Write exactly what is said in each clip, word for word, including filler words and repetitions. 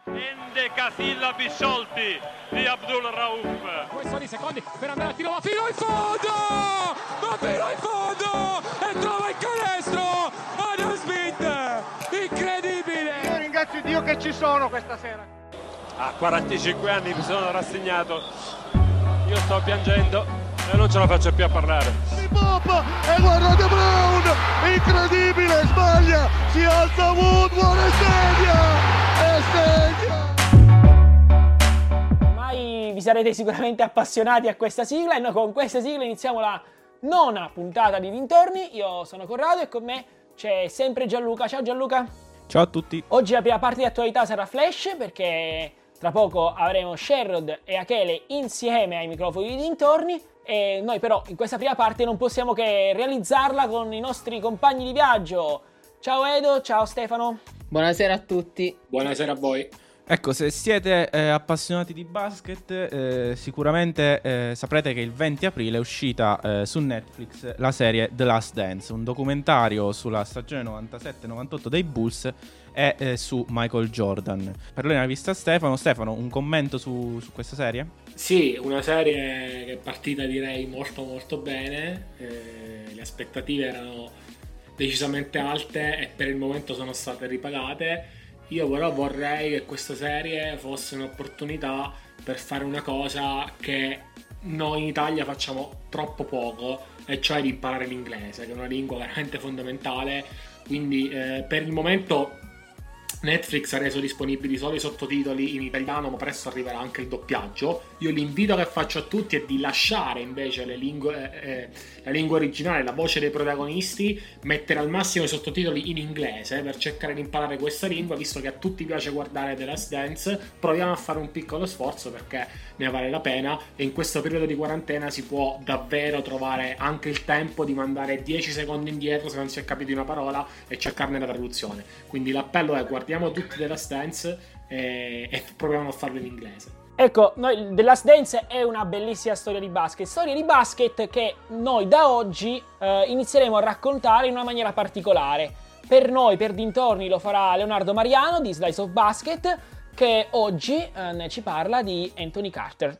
Endecasillabi sciolti di Abdul Rauf. Questo di secondi per andare a tiro, ma fino in fondo! Ma fino in fondo! E trova il canestro! Adam Smith! Incredibile! Io ringrazio Dio che ci sono questa sera. A quarantacinque anni mi sono rassegnato. Io sto piangendo e non ce la faccio più a parlare. Di Pop e guardate Brown! Incredibile, sbaglia! Si alza Woodward e segna! E segna! Ormai vi sarete sicuramente appassionati a questa sigla e noi con questa sigla iniziamo la nona puntata di Dintorni. Io sono Corrado e con me c'è sempre Gianluca. Ciao Gianluca. Ciao a tutti. Oggi la prima parte di attualità sarà Flash perché tra poco avremo Sherrod e Achele insieme ai microfoni di Dintorni. E noi però in questa prima parte non possiamo che realizzarla con i nostri compagni di viaggio. Ciao Edo, ciao Stefano. Buonasera a tutti. Buonasera a voi. Ecco, se siete eh, appassionati di basket, eh, sicuramente eh, saprete che il venti aprile è uscita eh, su Netflix la serie The Last Dance, un documentario sulla stagione novantasette novantotto dei Bulls e eh, su Michael Jordan. Per lei l'ha vista Stefano. Stefano, un commento su, su questa serie? Sì, una serie che è partita direi molto molto bene, eh, le aspettative erano decisamente alte e per il momento sono state ripagate. Io però vorrei che questa serie fosse un'opportunità per fare una cosa che noi in Italia facciamo troppo poco, e cioè di imparare l'inglese, che è una lingua veramente fondamentale. Quindi eh, per il momento Netflix ha reso disponibili solo i sottotitoli in italiano, ma presto arriverà anche il doppiaggio. Io l'invito che faccio a tutti è di lasciare invece le lingue, eh, la lingua originale, la voce dei protagonisti, mettere al massimo i sottotitoli in inglese per cercare di imparare questa lingua, visto che a tutti piace guardare The Last Dance. Proviamo a fare un piccolo sforzo perché ne vale la pena, e in questo periodo di quarantena si può davvero trovare anche il tempo di mandare dieci secondi indietro se non si è capito una parola e cercarne la traduzione. Quindi l'appello è: guardiamo tutti The Last Dance e, e proviamo a farlo in inglese. Ecco, noi, The Last Dance è una bellissima storia di basket, storia di basket che noi da oggi eh, inizieremo a raccontare in una maniera particolare. Per noi, per Dintorni, lo farà Leonardo Mariano di Slice of Basket, che oggi eh, ne ci parla di Anthony Carter.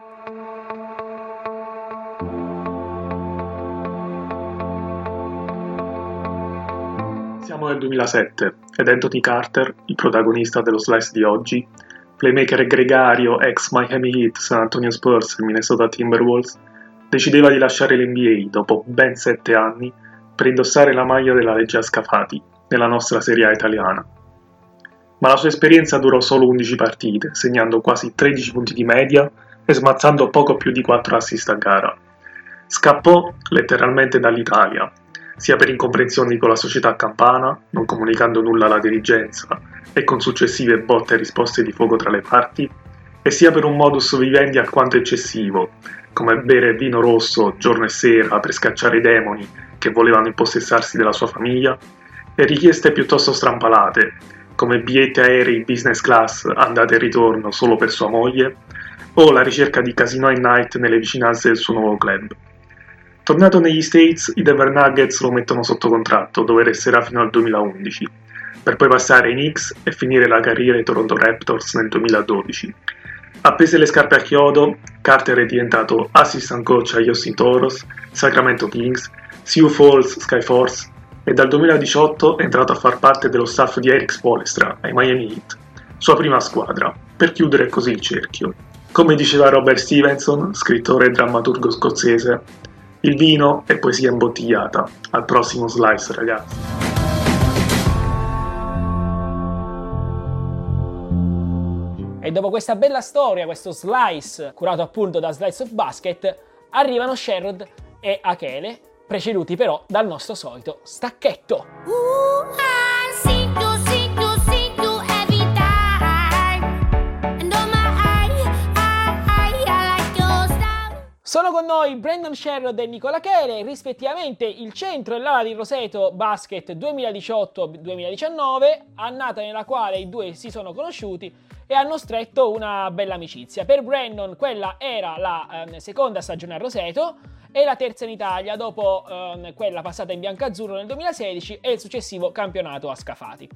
Siamo nel duemilasette ed Anthony Carter, il protagonista dello Slice di oggi, playmaker gregario ex Miami Heat, San Antonio Spurs e Minnesota Timberwolves, decideva di lasciare l'N B A dopo ben sette anni per indossare la maglia della Legia Scafati nella nostra Serie A italiana. Ma la sua esperienza durò solo undici partite, segnando quasi tredici punti di media e smazzando poco più di quattro assist a gara. Scappò letteralmente dall'Italia, sia per incomprensioni con la società campana, non comunicando nulla alla dirigenza e con successive botte e risposte di fuoco tra le parti, e sia per un modus vivendi alquanto eccessivo, come bere vino rosso giorno e sera per scacciare i demoni che volevano impossessarsi della sua famiglia, e richieste piuttosto strampalate, come biglietti aerei business class andata e ritorno solo per sua moglie, o la ricerca di casino at night nelle vicinanze del suo nuovo club. Tornato negli States, i Denver Nuggets lo mettono sotto contratto, dove resterà fino al duemilaundici, per poi passare ai Knicks e finire la carriera ai Toronto Raptors nel duemiladodici. Appese le scarpe al chiodo, Carter è diventato assistant coach agli Austin Toros, Sacramento Kings, Sioux Falls Skyforce, e dal duemiladiciotto è entrato a far parte dello staff di Eric Spoelstra ai Miami Heat, sua prima squadra, per chiudere così il cerchio. Come diceva Robert Stevenson, scrittore e drammaturgo scozzese, il vino è poesia imbottigliata. Al prossimo Slice, ragazzi. E dopo questa bella storia, questo Slice curato appunto da Slice of Basket, arrivano Sherrod e Achele, preceduti però dal nostro solito stacchetto. Sono con noi Brandon Sherrod e Nicola Achele, rispettivamente il centro e l'ala di Roseto Basket duemiladiciotto duemiladiciannove, annata nella quale i due si sono conosciuti e hanno stretto una bella amicizia. Per Brandon quella era la eh, seconda stagione a Roseto e la terza in Italia, dopo eh, quella passata in biancazzurro nel duemilasedici e il successivo campionato a Scafati.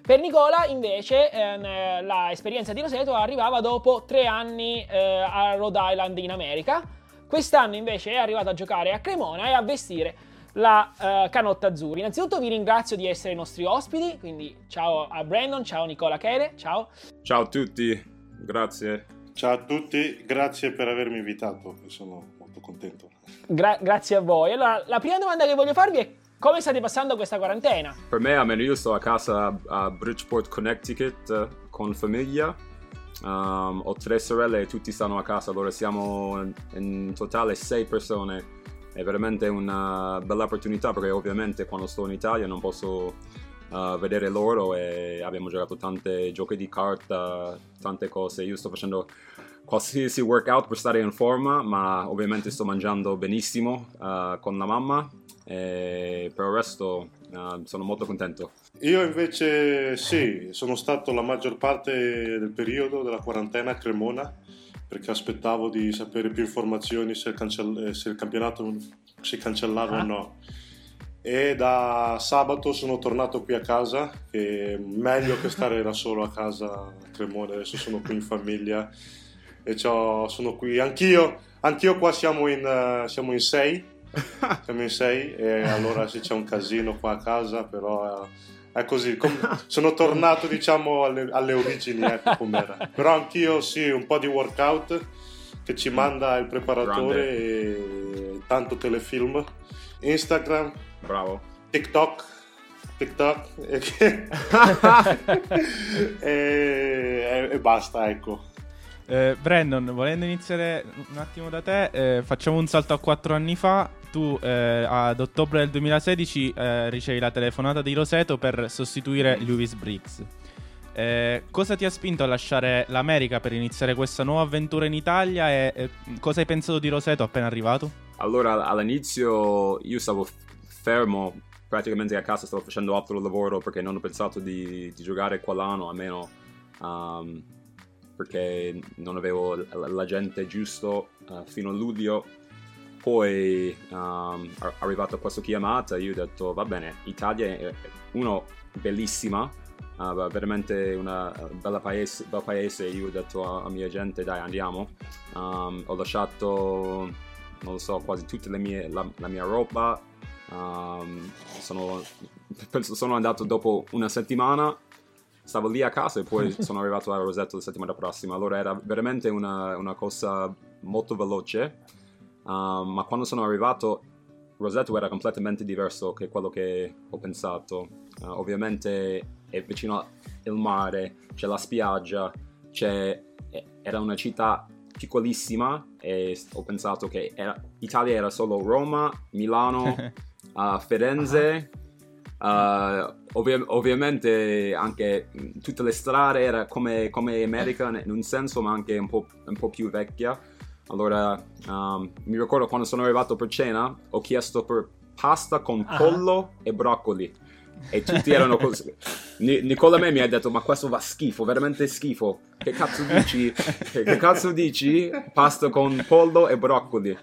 Per Nicola invece eh, l'esperienza di Roseto arrivava dopo tre anni eh, a Rhode Island in America. Quest'anno invece è arrivato a giocare a Cremona e a vestire la uh, canotta azzurra. Innanzitutto vi ringrazio di essere i nostri ospiti, quindi ciao a Brandon, ciao Nicola Chele, ciao. Ciao a tutti, grazie. Ciao a tutti, grazie per avermi invitato, sono molto contento. Gra- grazie a voi. Allora, la prima domanda che voglio farvi è: come state passando questa quarantena? Per me, almeno io sto a casa a Bridgeport, Connecticut uh, con famiglia. Um, ho tre sorelle e tutti stanno a casa, allora siamo in totale sei persone. È veramente una bella opportunità perché ovviamente quando sto in Italia non posso uh, vedere loro e abbiamo giocato tante giochi di carta, tante cose. Io sto facendo qualsiasi workout per stare in forma, ma ovviamente sto mangiando benissimo uh, con la mamma e per il resto uh, sono molto contento. Io invece sì, sono stato la maggior parte del periodo della quarantena a Cremona, perché aspettavo di sapere più informazioni se il, cancell- se il campionato si cancellava ah. o no. E da sabato sono tornato qui a casa, e meglio che stare da solo a casa a Cremona. Adesso sono qui in famiglia e sono qui anch'io, anch'io qua siamo in, uh, siamo in sei, siamo in sei e allora sì, c'è un casino qua a casa, però... Uh, È così, com- sono tornato diciamo alle, alle origini, ecco com'era. Però anch'io sì, un po' di workout che ci manda il preparatore e tanto telefilm, Instagram, bravo, TikTok, TikTok e, e, e basta, ecco. Eh, Brandon, volendo iniziare un attimo da te, eh, facciamo un salto a quattro anni fa. Tu eh, ad ottobre del duemilasedici eh, ricevi la telefonata di Roseto per sostituire Lewis Briggs. Eh, cosa ti ha spinto a lasciare l'America per iniziare questa nuova avventura in Italia e eh, cosa hai pensato di Roseto appena arrivato? Allora, all'inizio io stavo fermo, praticamente a casa stavo facendo altro lavoro perché non ho pensato di, di giocare quell'anno, almeno um, perché non avevo l'agente giusto uh, fino a luglio. Poi um, è arrivata questa chiamata, io ho detto va bene, Italia è uno bellissima, uh, veramente una bella paese, bel paese. Io ho detto a, a mia gente dai andiamo, um, ho lasciato non lo so quasi tutta le mie, la, la mia roba, um, sono, penso sono andato dopo una settimana, stavo lì a casa e poi sono arrivato a Roseto la settimana prossima, allora era veramente una, una cosa molto veloce. Um, ma quando sono arrivato Roseto era completamente diverso che quello che ho pensato. Uh, ovviamente è vicino al mare, c'è la spiaggia, c'è, era una città piccolissima e ho pensato che era, Italia era solo Roma, Milano, uh, Firenze, uh, ovvi- ovviamente anche tutte le strade era come, come America in un senso, ma anche un po', un po' più vecchia. Allora, um, mi ricordo quando sono arrivato per cena, ho chiesto per pasta con uh-huh. pollo e broccoli. E tutti erano così. Ni- Nicola me mi ha detto, ma questo va schifo, veramente schifo. Che cazzo dici? Che cazzo dici? Pasta con pollo e broccoli.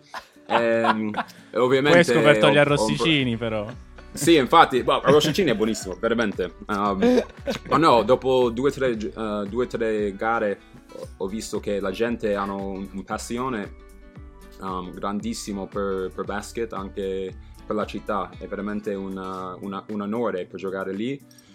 E, e ovviamente... Poi hai scoperto gli ho, arrosticini, ho... però. Sì, infatti, well, arrosticini è buonissimo, veramente. Um, ma no, dopo due o tre, uh, due, tre gare ho visto che la gente ha un, un passione um, grandissimo per, per basket, anche per la città. È veramente una, una, un onore per giocare lì.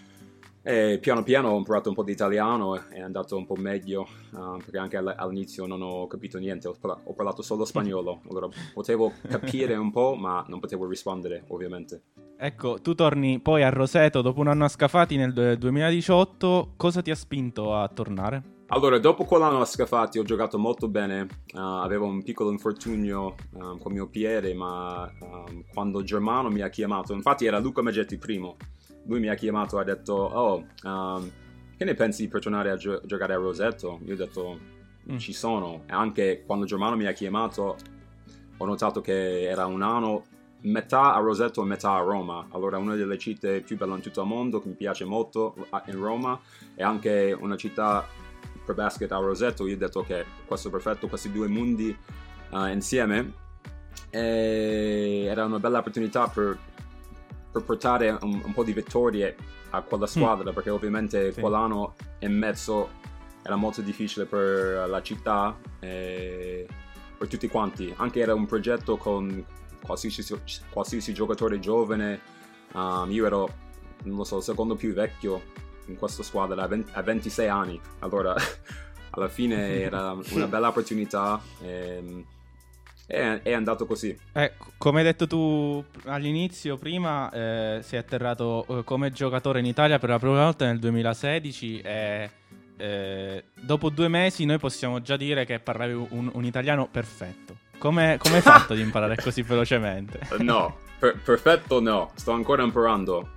E piano piano ho imparato un po' di italiano, è andato un po' meglio, uh, perché anche all'inizio non ho capito niente, ho parlato, ho parlato solo spagnolo, allora potevo capire un po', ma non potevo rispondere, ovviamente. Ecco, tu torni poi a Roseto dopo un anno a Scafati nel duemiladiciotto, cosa ti ha spinto a tornare? Allora, dopo quell'anno a Scafati ho giocato molto bene, uh, avevo un piccolo infortunio um, con mio piede, ma um, quando Germano mi ha chiamato, infatti era Luca Maggetti primo, lui mi ha chiamato e ha detto, oh, um, che ne pensi per tornare a gio- giocare a Roseto? Io ho detto, mm. ci sono. E anche quando Germano mi ha chiamato ho notato che era un anno metà a Roseto e metà a Roma. Allora una delle città più belle in tutto il mondo, che mi piace molto in Roma, e anche una città per basket a Roseto. Io ho detto, ok, questo è perfetto, questi due mondi uh, insieme. E era una bella opportunità per per portare un, un po' di vittorie a quella squadra, mm. perché ovviamente sì. quell'anno e mezzo era molto difficile per la città e per tutti quanti. Anche era un progetto con qualsiasi, qualsiasi giocatore giovane. Um, io ero, non lo so, il secondo più vecchio in questa squadra a, venti, a ventisei anni. Allora, alla fine era una bella opportunità. E, È, è andato così. Eh, come hai detto tu all'inizio, prima, eh, sei atterrato eh, come giocatore in Italia per la prima volta nel duemilasedici e eh, dopo due mesi noi possiamo già dire che parlavi un, un italiano perfetto. Come hai fatto ad imparare così velocemente? No, per, perfetto no, sto ancora imparando,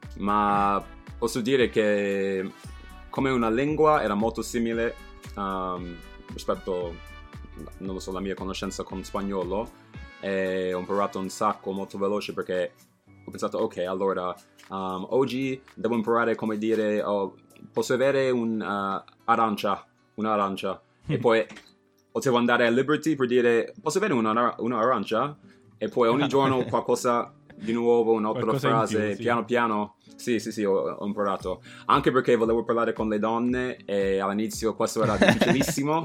ma posso dire che come una lingua era molto simile um, rispetto, non lo so, la mia conoscenza con spagnolo, e ho imparato un sacco molto veloce perché ho pensato ok, allora um, oggi devo imparare come dire oh, posso avere un uh, arancia un'arancia e poi potevo andare a Liberty per dire posso avere una, un'arancia e poi ogni giorno qualcosa di nuovo, un'altra qualcosa frase, più, sì. piano piano. Sì, sì, sì, ho, ho imparato. Anche perché volevo parlare con le donne e all'inizio questo era difficilissimo.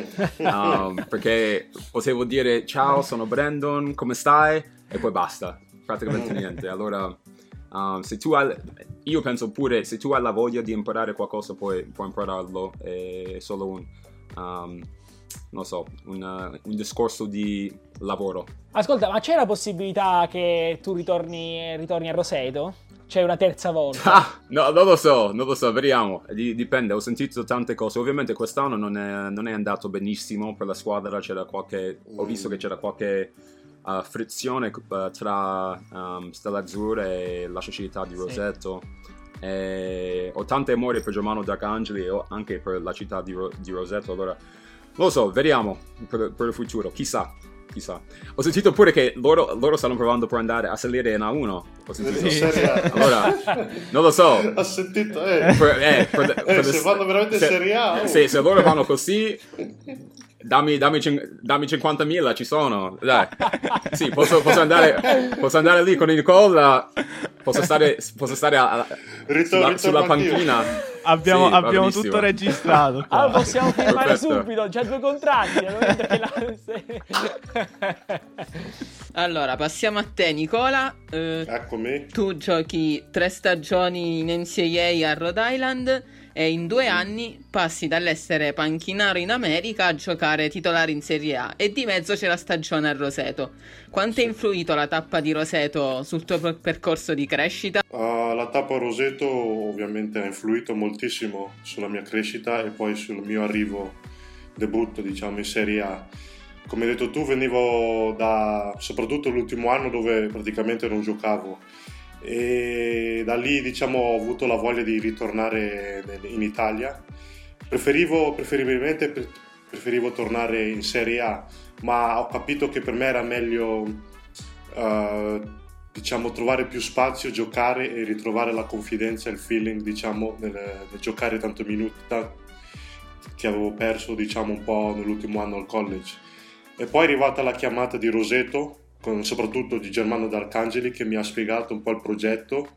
um, perché potevo dire ciao, sono Brandon, come stai? E poi basta, praticamente niente. Allora, um, se tu hai, io penso pure, se tu hai la voglia di imparare qualcosa puoi, puoi impararlo. È solo un, um, non so, una, un discorso di lavoro. Ascolta, ma c'è la possibilità che tu ritorni, ritorni a Roseto? C'è una terza volta? Ah, no, non lo so, non lo so, vediamo. Dipende, ho sentito tante cose. Ovviamente quest'anno non è, non è andato benissimo per la squadra. C'era qualche, ho visto che c'era qualche uh, frizione uh, tra um, Stella Azzurra e la società di Roseto. Sì. E ho tanto amore per Germano D'Arcangeli e anche per la città di, Ro- di Roseto. Allora, non lo so, vediamo per, per il futuro, chissà. Chissà. Ho sentito pure che loro, loro stanno provando per andare a salire in A uno. Ho sentito. Sì. Allora, non lo so. Ho sentito, eh. Per, eh, per, per eh se vanno veramente se, Serie A. Oh. Se, se loro vanno così, dammi, dammi, dammi cinquantamila, ci sono. Dai. Sì, posso, posso, andare, posso andare lì con il Nicola. Posso stare, posso stare a, a, ritorno, sulla, sulla ritorno panchina. Abbiamo, Sì, abbiamo tutto registrato qua. Allora possiamo firmare Perfetto. subito, già due contratti. Allora, passiamo a te, Nicola. Eh, Eccomi. tu giochi tre stagioni in N C A A a Rhode Island e in due anni passi dall'essere panchinaro in America a giocare titolare in Serie A e di mezzo c'è la stagione a Roseto. Quanto è influito la tappa di Roseto sul tuo percorso di crescita? Uh, la tappa a Roseto ovviamente ha influito moltissimo sulla mia crescita e poi sul mio arrivo, debutto diciamo in Serie A. Come hai detto tu, venivo da soprattutto l'ultimo anno dove praticamente non giocavo e da lì diciamo ho avuto la voglia di ritornare in Italia. Preferivo, preferibilmente preferivo tornare in Serie A, ma ho capito che per me era meglio uh, diciamo trovare più spazio, giocare e ritrovare la confidenza e il feeling diciamo nel, nel giocare tanto minuti che avevo perso diciamo un po' nell'ultimo anno al college. E poi è arrivata la chiamata di Roseto, con, soprattutto di Germano D'Arcangeli, che mi ha spiegato un po' il progetto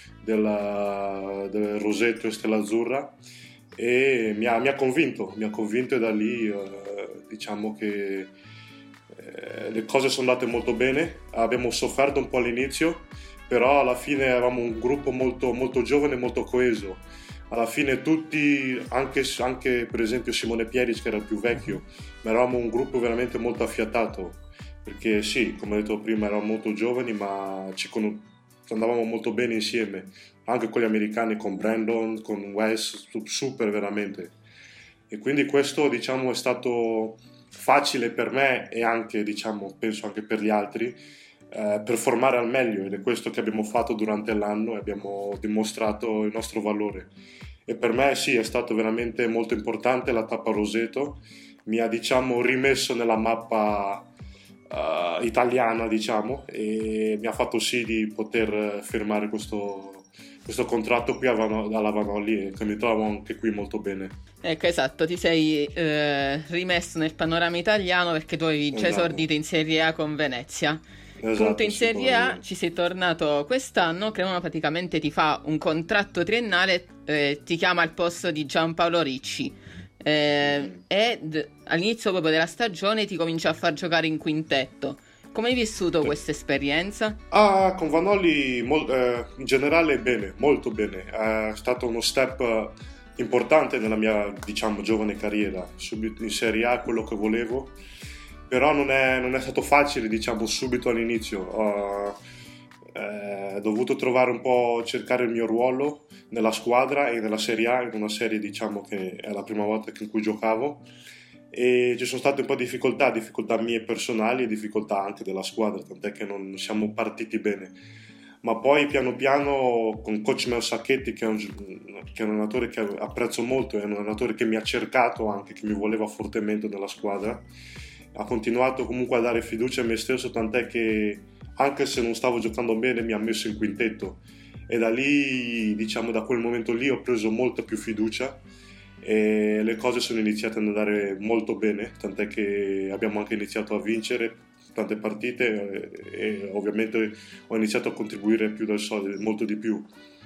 della, del Roseto e Stella Azzurra e mi ha, mi ha convinto, mi ha convinto e da lì eh, diciamo che eh, le cose sono andate molto bene. Abbiamo sofferto un po' all'inizio, però alla fine eravamo un gruppo molto, molto giovane e molto coeso. Alla fine tutti, anche, anche per esempio Simone Pieric che era il più vecchio, ma eravamo un gruppo veramente molto affiatato, perché sì, come ho detto prima, eravamo molto giovani, ma ci con... andavamo molto bene insieme, anche con gli americani, con Brandon, con Wes, super veramente. E quindi questo diciamo è stato facile per me e anche diciamo penso anche per gli altri, eh, per formare al meglio, ed è questo che abbiamo fatto durante l'anno e abbiamo dimostrato il nostro valore. E per me sì, è stato veramente molto importante la tappa Roseto, mi ha diciamo rimesso nella mappa uh, italiana diciamo e mi ha fatto sì di poter firmare questo, questo contratto qui alla Vanoli e che mi trovo anche qui molto bene. Ecco, esatto, ti sei eh, rimesso nel panorama italiano perché tu avevi già esatto. esordito in Serie A con Venezia. Esatto, punto in Serie A, ci sei tornato quest'anno, Cremona praticamente ti fa un contratto triennale, eh, ti chiama al posto di Giampaolo Ricci eh, ed all'inizio proprio della stagione ti comincia a far giocare in quintetto. Come hai vissuto sì. questa esperienza? Ah, con Vanoli mol- eh, in generale bene, molto bene, è stato uno step importante nella mia, diciamo, giovane carriera, subito in Serie A quello che volevo. Però non è, non è stato facile, diciamo, subito all'inizio. Ho eh, dovuto trovare un po', cercare il mio ruolo nella squadra e nella Serie A, in una serie, diciamo, che è la prima volta in cui giocavo. E ci sono state un po' di difficoltà, difficoltà mie personali e difficoltà anche della squadra, tant'è che non siamo partiti bene. Ma poi piano piano con coach Mel Sacchetti, che è, un, che è un allenatore che apprezzo molto, è un allenatore che mi ha cercato anche, che mi voleva fortemente nella squadra, ha continuato comunque a dare fiducia a me stesso, tant'è che anche se non stavo giocando bene mi ha messo in quintetto, e da lì, diciamo, da quel momento lì ho preso molta più fiducia e le cose sono iniziate ad andare molto bene, tant'è che abbiamo anche iniziato a vincere tante partite e, e ovviamente ho iniziato a contribuire più del solito, molto di più.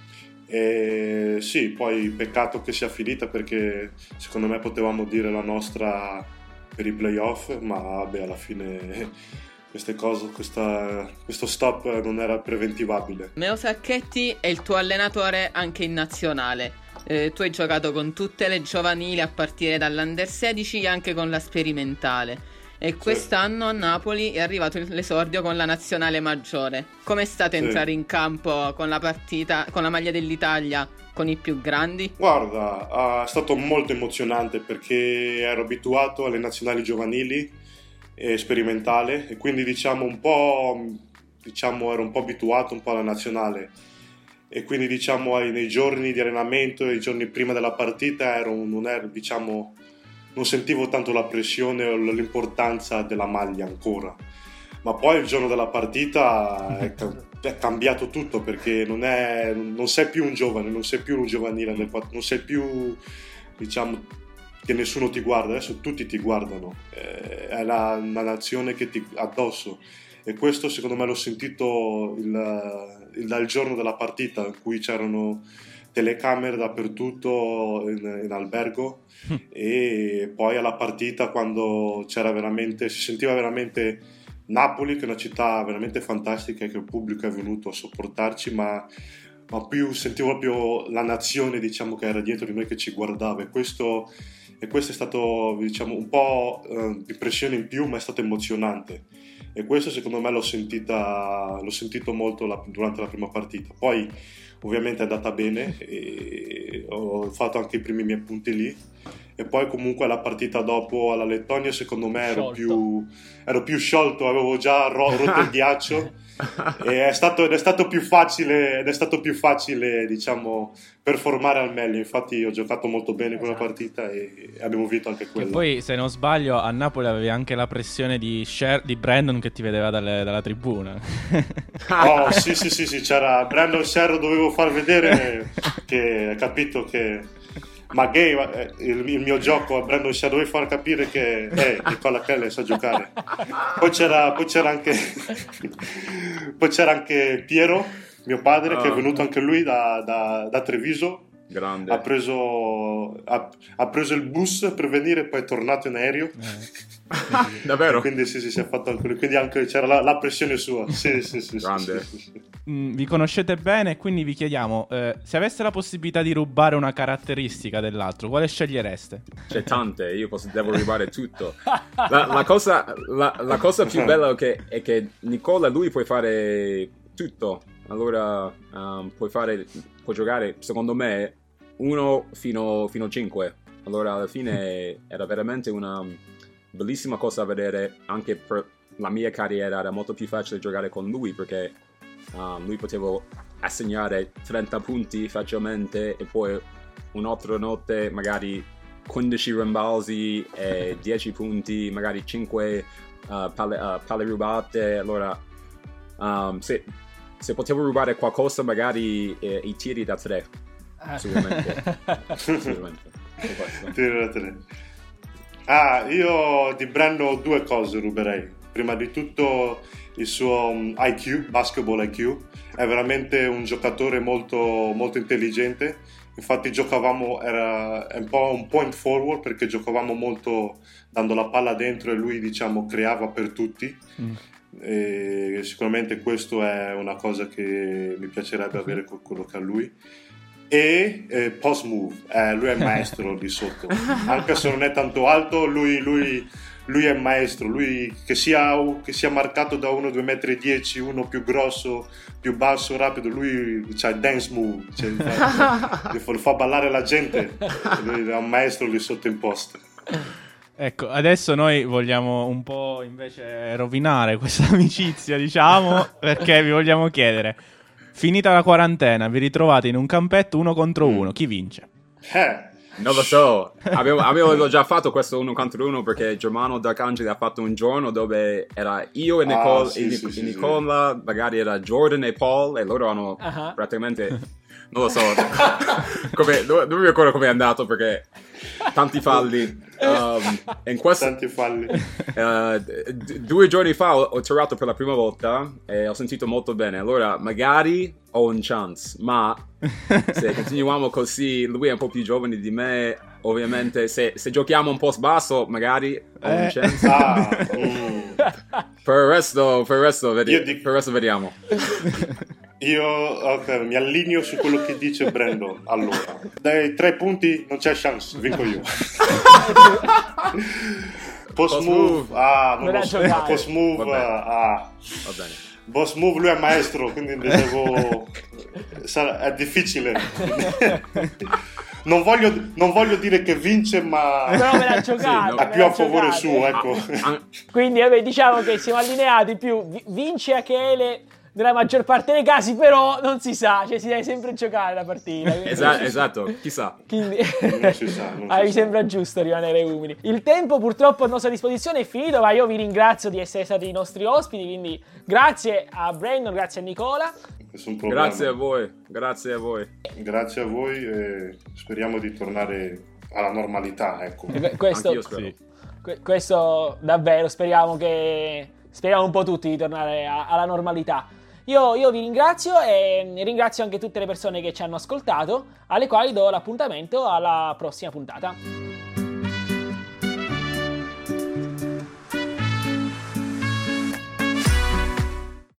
E sì, poi peccato che sia finita, perché secondo me potevamo dire la nostra per i playoff, ma vabbè, alla fine queste cose, questa, questo stop non era preventivabile. Meo Sacchetti è il tuo allenatore anche in nazionale. Eh, tu hai giocato con tutte le giovanili a partire dall'Under sedici e anche con la sperimentale. E quest'anno sì. a Napoli è arrivato l'esordio con la nazionale maggiore. Com'è stato sì. entrare in campo con la partita, con la maglia dell'Italia, con i più grandi? Guarda, è stato molto emozionante perché ero abituato alle nazionali giovanili e sperimentale, e quindi diciamo un po' diciamo ero un po' abituato un po' alla nazionale, e quindi diciamo nei giorni di allenamento e i giorni prima della partita ero, non ero, diciamo non sentivo tanto la pressione o l'importanza della maglia ancora, ma poi il giorno della partita è, è cambiato tutto, perché non, è, non sei più un giovane, non sei più un giovanile, non sei più, diciamo, che nessuno ti guarda, adesso tutti ti guardano, è la, una nazione che ti addosso, e questo secondo me l'ho sentito il, il, dal giorno della partita, in cui c'erano telecamere dappertutto in, in albergo, e poi alla partita, quando c'era veramente, si sentiva veramente Napoli, che è una città veramente fantastica e che il pubblico è venuto a sopportarci, ma, ma più sentivo proprio la nazione, diciamo, che era dietro di noi, che ci guardava, e questo, e questo è stato, diciamo, un po' eh, di pressione in più, ma è stato emozionante, e questo secondo me l'ho sentita l'ho sentito molto la, durante la prima partita. Poi ovviamente è andata bene e ho fatto anche i primi miei punti lì, e poi comunque la partita dopo alla Lettonia secondo me ero più, ero più sciolto, avevo già ro- rotto il ghiaccio e è stato, ed è stato più facile ed è stato più facile, diciamo, performare al meglio. Infatti ho giocato molto bene quella partita e abbiamo vinto anche quella. E poi, se non sbaglio, a Napoli avevi anche la pressione di, Sher- di Brandon, che ti vedeva dalle, dalla tribuna. Oh sì sì sì, sì c'era Brandon Sherro, dovevo far vedere che ha capito che ma gay, il, il mio gioco a Brandon Sherro, dovevo far capire che eh, Nicola Kelly sa giocare. Poi c'era, poi c'era anche poi c'era anche Piero, mio padre, oh. che è venuto anche lui da, da, da Treviso. Grande. Ha preso, ha, ha preso il bus per venire e poi è tornato in aereo. Eh. Davvero? Quindi sì, sì, si è fatto anche lui. Quindi anche c'era la, la pressione sua. Sì, sì, sì. Grande. Sì, sì, sì. Mm, vi conoscete bene, quindi vi chiediamo, eh, se aveste la possibilità di rubare una caratteristica dell'altro, quale scegliereste? C'è tante, io posso, devo rubare tutto. La, la, cosa, la, la cosa più bella è che, è che Nicola, lui può fare tutto. Allora um, puoi fare, puoi giocare, secondo me, uno fino, fino a cinque. Allora alla fine era veramente una bellissima cosa a vedere. Anche per la mia carriera era molto più facile giocare con lui, perché um, lui poteva assegnare trenta punti facilmente, e poi un'altra notte magari quindici rimbalzi e dieci punti, magari cinque uh, palle, uh, palle rubate. Allora um, se, se potevo rubare qualcosa, magari eh, i tiri da tre. Sicuramente. Sicuramente. Tiri da tre. Ah, io di Brando due cose ruberei. Prima di tutto il suo I Q, basketball I Q. È veramente un giocatore molto, molto intelligente. Infatti giocavamo, era un po' un point forward, perché giocavamo molto dando la palla dentro e lui, diciamo, creava per tutti. Mm. E sicuramente questo è una cosa che mi piacerebbe avere con quello che ha lui. E eh, post move, eh, lui è maestro lì sotto, anche se non è tanto alto, lui, lui, lui è maestro, lui che sia, che sia marcato da uno due metri e dieci, uno più grosso, più basso, rapido, lui c'ha il dance move, cioè, fa, fa, fa ballare la gente, lui è un maestro lì sotto in post. Ecco, adesso noi vogliamo un po' invece rovinare questa amicizia, diciamo, perché vi vogliamo chiedere: finita la quarantena, vi ritrovate in un campetto uno contro uno, chi vince? Eh, non lo so, avevo, avevo già fatto questo uno contro uno, perché Germano D'Arcangeli ha fatto un giorno dove era io e Nicole, ah, sì, e, sì, e sì, Nicola, sì. Magari era Jordan e Paul, e loro hanno uh-huh. praticamente... Non lo so, come, non, non mi ricordo come è andato, perché tanti falli. Um, in questo, tanti falli. Uh, d- due giorni fa ho, ho tirato per la prima volta e ho sentito molto bene. Allora magari ho un chance, ma se continuiamo così, lui è un po' più giovane di me, ovviamente se, se giochiamo un po' basso magari ho un chance. Ah, mm. Per il resto, per il resto, vedi- dico... per il resto vediamo. Io okay, mi allineo su quello che dice Brandon. Allora, dai tre punti non c'è chance, vinco io. Post move, ah, non lo so. Post move, ah. Va bene. Boss move, lui è maestro, quindi devo... Sarà... è difficile. Non voglio, non voglio dire che vince, ma però me l'ha giocato, sì, no, è più a favore suo, ecco. Quindi vabbè, diciamo che siamo allineati più. Vince Achele nella maggior parte dei casi, però non si sa, cioè si deve sempre giocare la partita. Esatto, esatto, chissà. Quindi... non si sa. Non ah, si mi sa. sembra giusto rimanere umili. Il tempo purtroppo a nostra disposizione è finito, ma io vi ringrazio di essere stati i nostri ospiti, quindi grazie a Brandon, grazie a Nicola. Nessun problema. Grazie a voi, grazie a voi. Grazie a voi e speriamo di tornare alla normalità, ecco. Questo, Anch'io spero. Sì. Questo davvero, speriamo che speriamo un po' tutti di tornare a, alla normalità. Io, io vi ringrazio e ringrazio anche tutte le persone che ci hanno ascoltato, alle quali do l'appuntamento alla prossima puntata.